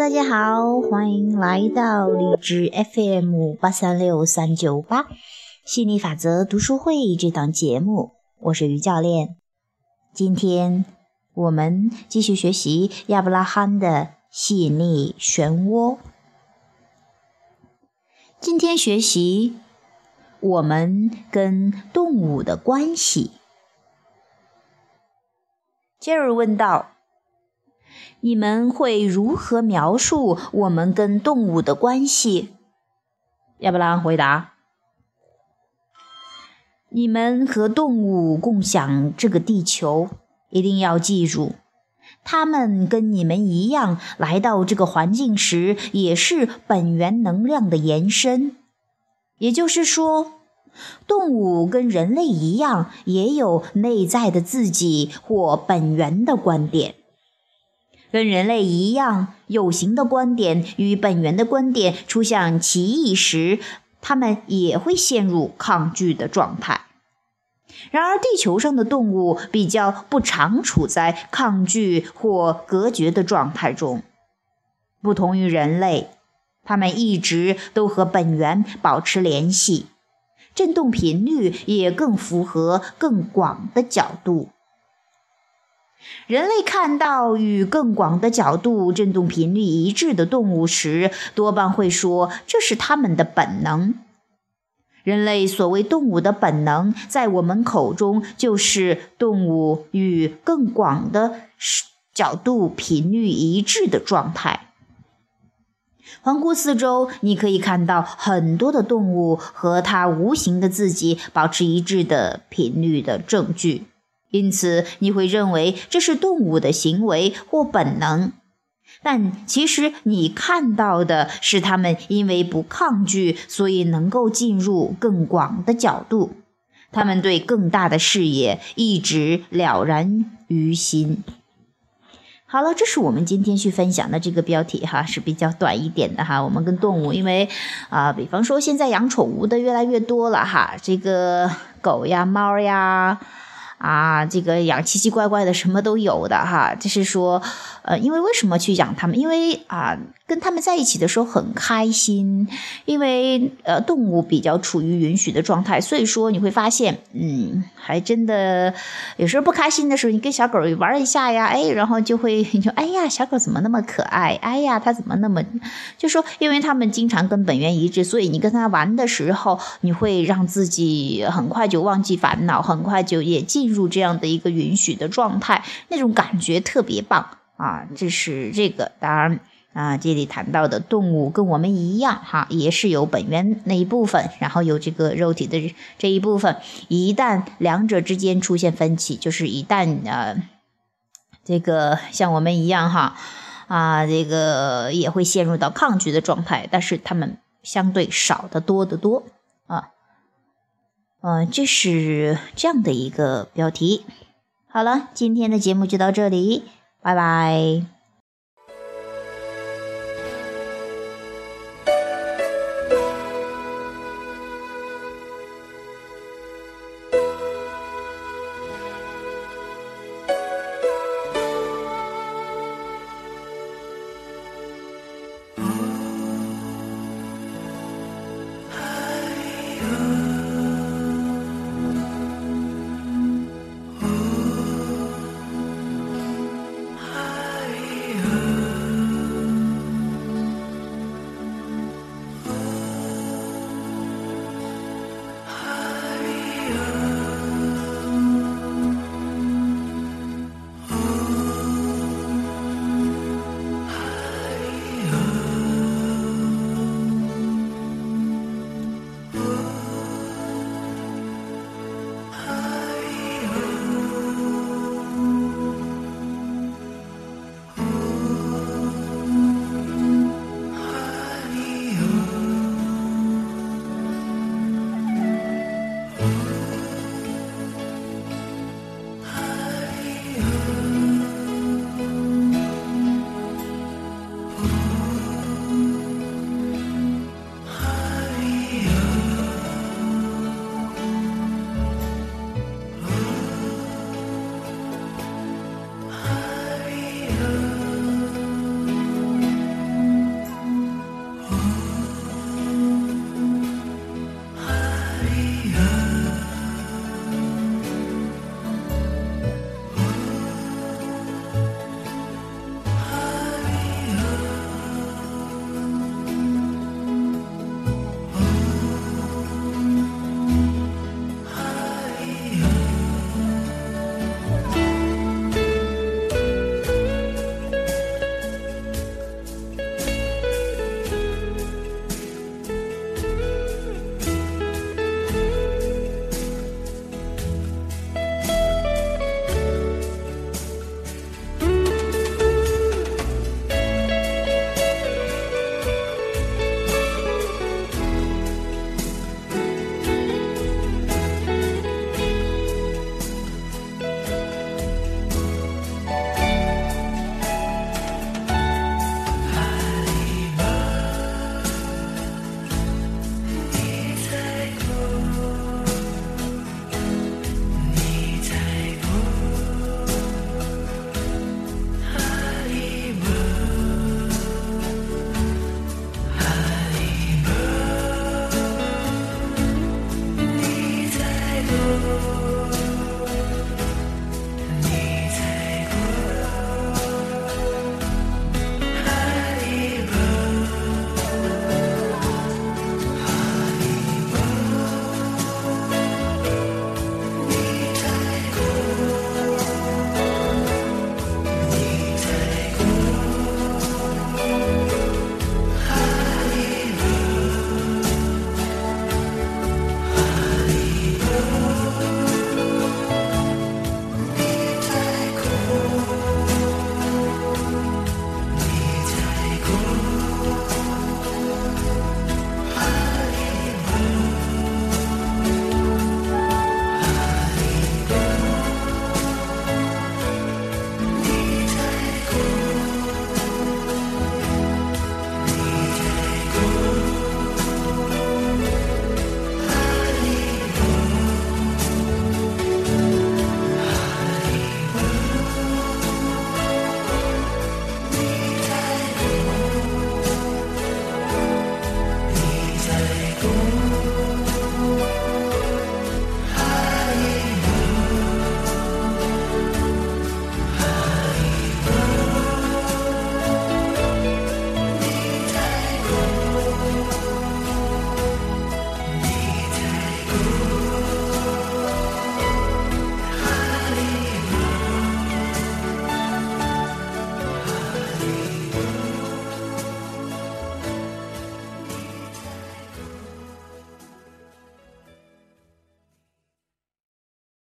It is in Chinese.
大家好，欢迎来到荔枝 FM836398心理法则读书会这档节目，我是于教练。今天我们继续学习亚伯拉罕的吸引力漩涡。今天学习我们跟动物的关系。杰尔问道，你们会如何描述我们跟动物的关系？亚伯拉罕回答，你们和动物共享这个地球，一定要记住，他们跟你们一样来到这个环境时，也是本源能量的延伸。也就是说，动物跟人类一样，也有内在的自己或本源的观点。跟人类一样，有形的观点与本源的观点出现歧义时，它们也会陷入抗拒的状态。然而，地球上的动物比较不常处在抗拒或隔绝的状态中。不同于人类，它们一直都和本源保持联系，振动频率也更符合更广的角度。人类看到与更广的角度振动频率一致的动物时，多半会说这是他们的本能。人类所谓动物的本能，在我们口中就是动物与更广的角度频率一致的状态。环顾四周，你可以看到很多的动物和它无形的自己保持一致的频率的证据，因此你会认为这是动物的行为或本能。但其实你看到的是它们因为不抗拒，所以能够进入更广的角度。它们对更大的视野一直了然于心。好了，这是我们今天去分享的这个标题哈，是比较短一点的哈。我们跟动物，因为比方说现在养宠物的越来越多了哈，这个狗呀、猫呀。这个养奇奇怪怪的什么都有的哈，就是说，因为什么去养它们？因为跟它们在一起的时候很开心，因为动物比较处于允许的状态，所以说你会发现，还真的有时候不开心的时候，你跟小狗玩一下呀，然后就会你说，哎呀，小狗怎么那么可爱？哎呀，它怎么那么，就说因为它们经常跟本源一致，所以你跟它玩的时候，你会让自己很快就忘记烦恼，很快就也进入这样的一个允许的状态，那种感觉特别棒啊！这是这个，当然这里谈到的动物跟我们一样哈，也是有本源那一部分，然后有这个肉体的这一部分。一旦两者之间出现分歧，就是一旦这个像我们一样哈这个也会陷入到抗拒的状态，但是他们相对少得多得多这是这样的一个标题。好了，今天的节目就到这里，拜拜。